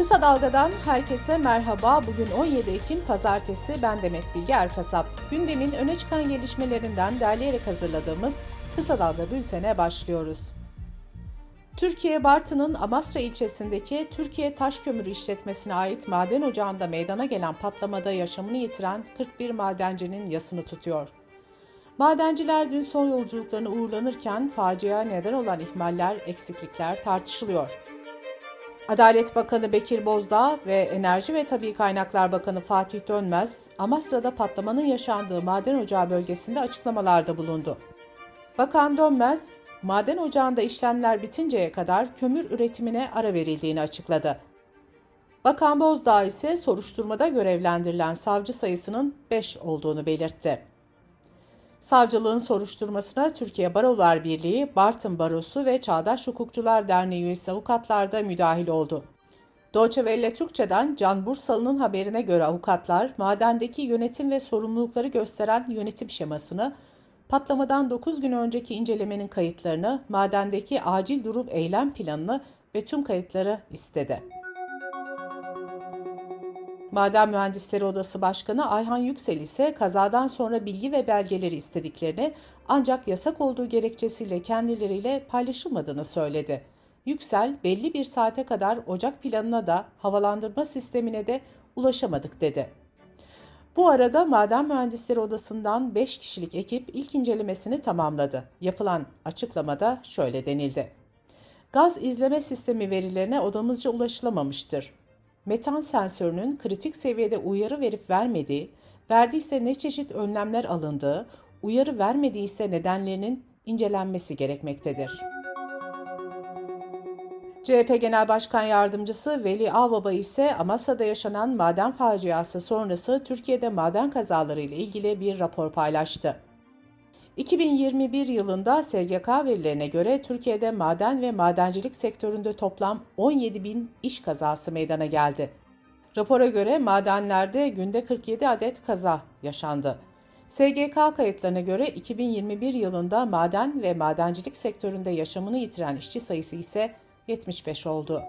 Kısa Dalga'dan herkese merhaba. Bugün 17 Ekim Pazartesi. Ben Demet Bilge Erkasap. Gündemin öne çıkan gelişmelerinden derleyerek hazırladığımız Kısa Dalga bültene başlıyoruz. Türkiye, Bartın'ın Amasra ilçesindeki Türkiye Taş Kömürü İşletmesi'ne ait maden ocağında meydana gelen patlamada yaşamını yitiren 41 madencinin yasını tutuyor. Madenciler dün son yolculuklarına uğurlanırken faciaya neden olan ihmaller, eksiklikler tartışılıyor. Adalet Bakanı Bekir Bozdağ ve Enerji ve Tabii Kaynaklar Bakanı Fatih Dönmez, Amasra'da patlamanın yaşandığı maden ocağı bölgesinde açıklamalarda bulundu. Bakan Dönmez, maden ocağında işlemler bitinceye kadar kömür üretimine ara verildiğini açıkladı. Bakan Bozdağ ise soruşturmada görevlendirilen savcı sayısının 5 olduğunu belirtti. Savcılığın soruşturmasına Türkiye Barolar Birliği, Bartın Barosu ve Çağdaş Hukukçular Derneği üyesi avukatlar da müdahil oldu. Deutsche Welle Türkçe'den Can Bursalı'nın haberine göre avukatlar, madendeki yönetim ve sorumlulukları gösteren yönetim şemasını, patlamadan 9 gün önceki incelemenin kayıtlarını, madendeki acil durum eylem planını ve tüm kayıtları istedi. Maden Mühendisleri Odası Başkanı Ayhan Yüksel ise kazadan sonra bilgi ve belgeleri istediklerini ancak yasak olduğu gerekçesiyle kendileriyle paylaşılmadığını söyledi. Yüksel, belli bir saate kadar ocak planına da havalandırma sistemine de ulaşamadık dedi. Bu arada Maden Mühendisleri Odası'ndan 5 kişilik ekip ilk incelemesini tamamladı. Yapılan açıklamada şöyle denildi. Gaz izleme sistemi verilerine odamızca ulaşılamamıştır. Metan sensörünün kritik seviyede uyarı verip vermediği, verdiyse ne çeşit önlemler alındığı, uyarı vermediyse nedenlerinin incelenmesi gerekmektedir. CHP Genel Başkan Yardımcısı Veli Ağbaba ise Amasra'da yaşanan maden faciası sonrası Türkiye'de maden kazaları ile ilgili bir rapor paylaştı. 2021 yılında SGK verilerine göre Türkiye'de maden ve madencilik sektöründe toplam 17.000 iş kazası meydana geldi. Rapora göre madenlerde günde 47 adet kaza yaşandı. SGK kayıtlarına göre 2021 yılında maden ve madencilik sektöründe yaşamını yitiren işçi sayısı ise 75 oldu.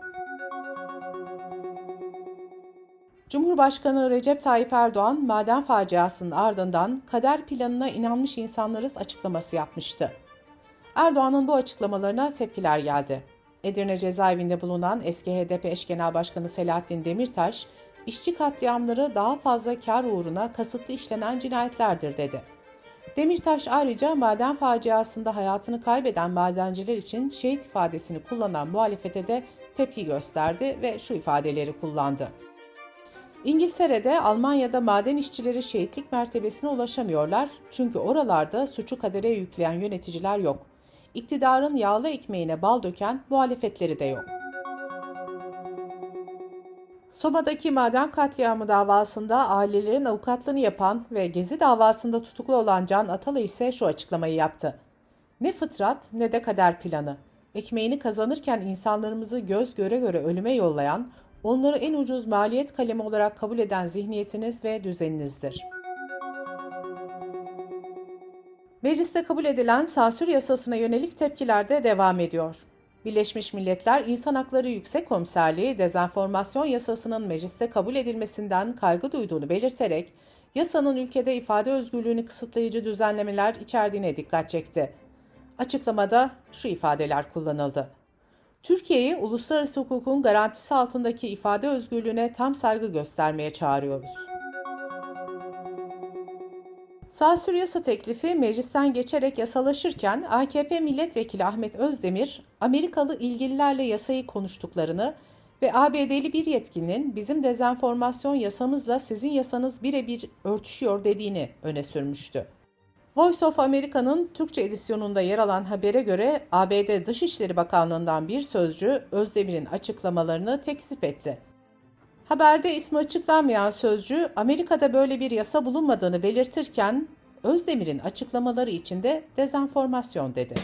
Cumhurbaşkanı Recep Tayyip Erdoğan, maden faciasının ardından kader planına inanmış insanlarız açıklaması yapmıştı. Erdoğan'ın bu açıklamalarına tepkiler geldi. Edirne cezaevinde bulunan eski HDP eş genel başkanı Selahattin Demirtaş, işçi katliamları daha fazla kar uğruna kasıtlı işlenen cinayetlerdir dedi. Demirtaş ayrıca maden faciasında hayatını kaybeden madenciler için şehit ifadesini kullanan muhalefete de tepki gösterdi ve şu ifadeleri kullandı. İngiltere'de, Almanya'da maden işçileri şehitlik mertebesine ulaşamıyorlar çünkü oralarda suçu kadere yükleyen yöneticiler yok. İktidarın yağlı ekmeğine bal döken muhalefetleri de yok. Soma'daki maden katliamı davasında ailelerin avukatlığını yapan ve Gezi davasında tutuklu olan Can Atalı ise şu açıklamayı yaptı. Ne fıtrat ne de kader planı. Ekmeğini kazanırken insanlarımızı göz göre göre ölüme yollayan, onları en ucuz maliyet kalemi olarak kabul eden zihniyetiniz ve düzeninizdir. Mecliste kabul edilen sansür yasasına yönelik tepkiler de devam ediyor. Birleşmiş Milletler İnsan Hakları Yüksek Komiserliği dezenformasyon yasasının mecliste kabul edilmesinden kaygı duyduğunu belirterek, yasanın ülkede ifade özgürlüğünü kısıtlayıcı düzenlemeler içerdiğine dikkat çekti. Açıklamada şu ifadeler kullanıldı. Türkiye'yi uluslararası hukukun garantisi altındaki ifade özgürlüğüne tam saygı göstermeye çağırıyoruz. Sansür yasa teklifi meclisten geçerek yasalaşırken AKP milletvekili Ahmet Özdemir, Amerikalı ilgililerle yasayı konuştuklarını ve ABD'li bir yetkilinin bizim dezenformasyon yasamızla sizin yasanız birebir örtüşüyor dediğini öne sürmüştü. Voice of America'nın Türkçe edisyonunda yer alan habere göre ABD Dışişleri Bakanlığı'ndan bir sözcü Özdemir'in açıklamalarını tekzip etti. Haberde ismi açıklanmayan sözcü Amerika'da böyle bir yasa bulunmadığını belirtirken Özdemir'in açıklamaları için de dezenformasyon dedi.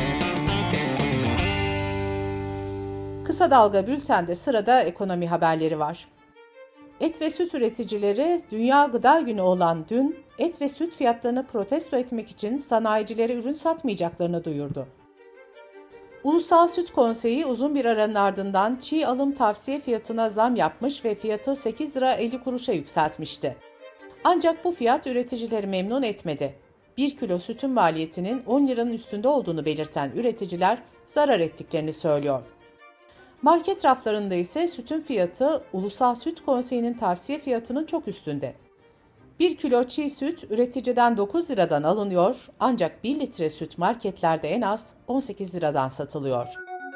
Kısa Dalga Bülten'de sırada ekonomi haberleri var. Et ve süt üreticileri Dünya Gıda Günü olan dün et ve süt fiyatlarını protesto etmek için sanayicilere ürün satmayacaklarını duyurdu. Ulusal Süt Konseyi uzun bir aranın ardından çiğ alım tavsiye fiyatına zam yapmış ve fiyatı 8 lira 50 kuruşa yükseltmişti. Ancak bu fiyat üreticileri memnun etmedi. 1 kilo sütün maliyetinin 10 liranın üstünde olduğunu belirten üreticiler zarar ettiklerini söylüyor. Market raflarında ise sütün fiyatı Ulusal Süt Konseyi'nin tavsiye fiyatının çok üstünde. 1 kilo çiğ süt üreticiden 9 liradan alınıyor ancak 1 litre süt marketlerde en az 18 liradan satılıyor.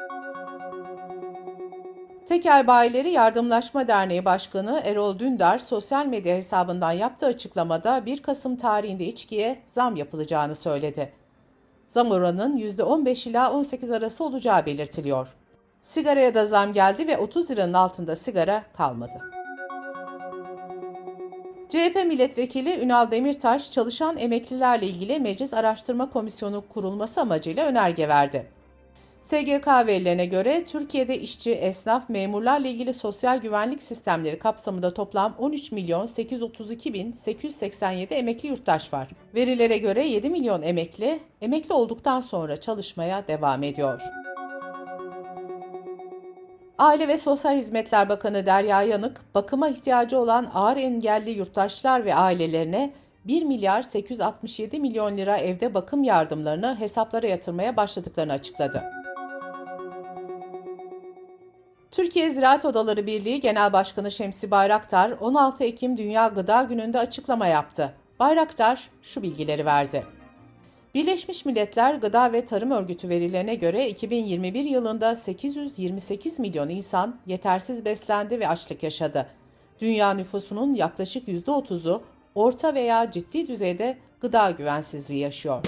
Tekel Bayileri Yardımlaşma Derneği Başkanı Erol Dündar sosyal medya hesabından yaptığı açıklamada 1 Kasım tarihinde içkiye zam yapılacağını söyledi. Zam oranının %15 ila 18 arası olacağı belirtiliyor. Sigaraya da zam geldi ve 30 liranın altında sigara kalmadı. CHP Milletvekili Ünal Demirtaş, çalışan emeklilerle ilgili Meclis Araştırma Komisyonu kurulması amacıyla önerge verdi. SGK verilerine göre Türkiye'de işçi, esnaf, memurlarla ilgili sosyal güvenlik sistemleri kapsamında toplam 13.832.887 emekli yurttaş var. Verilere göre 7 milyon emekli olduktan sonra çalışmaya devam ediyor. Aile ve Sosyal Hizmetler Bakanı Derya Yanık, bakıma ihtiyacı olan ağır engelli yurttaşlar ve ailelerine 1 milyar 867 milyon lira evde bakım yardımlarını hesaplara yatırmaya başladıklarını açıkladı. Türkiye Ziraat Odaları Birliği Genel Başkanı Şemsi Bayraktar, 16 Ekim Dünya Gıda Günü'nde açıklama yaptı. Bayraktar şu bilgileri verdi. Birleşmiş Milletler Gıda ve Tarım Örgütü verilerine göre 2021 yılında 828 milyon insan yetersiz beslendi ve açlık yaşadı. Dünya nüfusunun yaklaşık %30'u orta veya ciddi düzeyde gıda güvensizliği yaşıyor.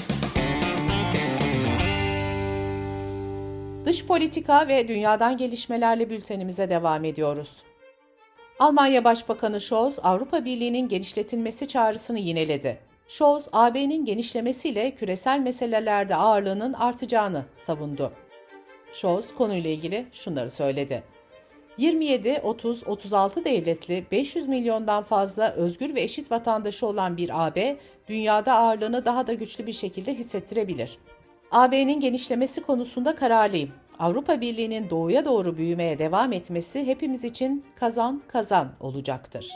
Dış politika ve dünyadan gelişmelerle bültenimize devam ediyoruz. Almanya Başbakanı Scholz, Avrupa Birliği'nin genişletilmesi çağrısını yineledi. Scholz, AB'nin genişlemesiyle küresel meselelerde ağırlığının artacağını savundu. Scholz konuyla ilgili şunları söyledi. 27, 30, 36 devletli 500 milyondan fazla özgür ve eşit vatandaşı olan bir AB, dünyada ağırlığını daha da güçlü bir şekilde hissettirebilir. AB'nin genişlemesi konusunda kararlıyım. Avrupa Birliği'nin doğuya doğru büyümeye devam etmesi hepimiz için kazan-kazan olacaktır.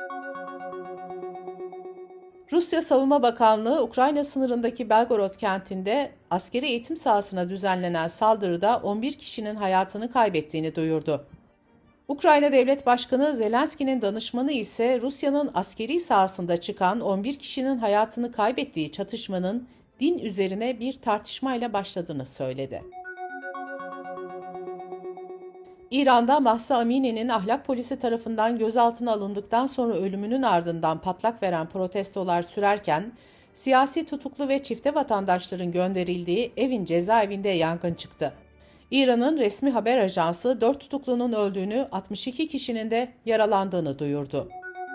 Rusya Savunma Bakanlığı, Ukrayna sınırındaki Belgorod kentinde askeri eğitim sahasına düzenlenen saldırıda 11 kişinin hayatını kaybettiğini duyurdu. Ukrayna Devlet Başkanı Zelenski'nin danışmanı ise Rusya'nın askeri sahasında çıkan 11 kişinin hayatını kaybettiği çatışmanın din üzerine bir tartışmayla başladığını söyledi. İran'da Mahsa Amini'nin ahlak polisi tarafından gözaltına alındıktan sonra ölümünün ardından patlak veren protestolar sürerken, siyasi tutuklu ve çifte vatandaşların gönderildiği Evin cezaevinde yangın çıktı. İran'ın resmi haber ajansı 4 tutuklunun öldüğünü, 62 kişinin de yaralandığını duyurdu.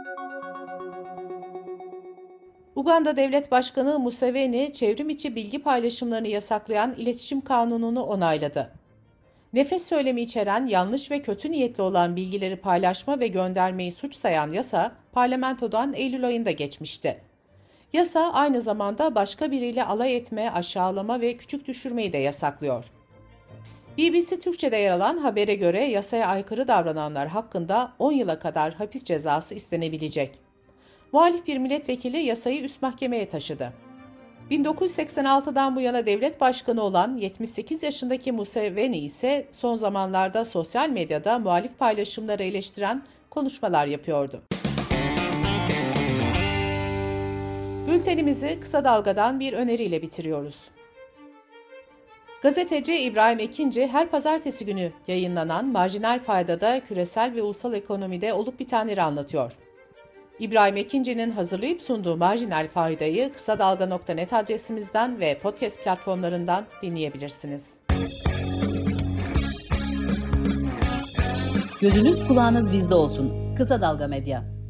Uganda Devlet Başkanı Museveni, çevrim içi bilgi paylaşımlarını yasaklayan iletişim kanununu onayladı. Nefret söylemi içeren, yanlış ve kötü niyetli olan bilgileri paylaşma ve göndermeyi suç sayan yasa, parlamentodan Eylül ayında geçmişti. Yasa aynı zamanda başka biriyle alay etme, aşağılama ve küçük düşürmeyi de yasaklıyor. BBC Türkçe'de yer alan habere göre yasaya aykırı davrananlar hakkında 10 yıla kadar hapis cezası istenebilecek. Muhalif bir milletvekili yasayı üst mahkemeye taşıdı. 1986'dan bu yana devlet başkanı olan 78 yaşındaki Museveni ise son zamanlarda sosyal medyada muhalif paylaşımları eleştiren konuşmalar yapıyordu. Bültenimizi kısa dalgadan bir öneriyle bitiriyoruz. Gazeteci İbrahim Ekinci her pazartesi günü yayınlanan Marjinal Fayda'da küresel ve ulusal ekonomide olup bitenleri anlatıyor. İbrahim Ekinci'nin hazırlayıp sunduğu Marjinal Fayda'yı kısa dalga.net adresimizden ve podcast platformlarından dinleyebilirsiniz. Gözünüz kulağınız bizde olsun. Kısa Dalga Medya.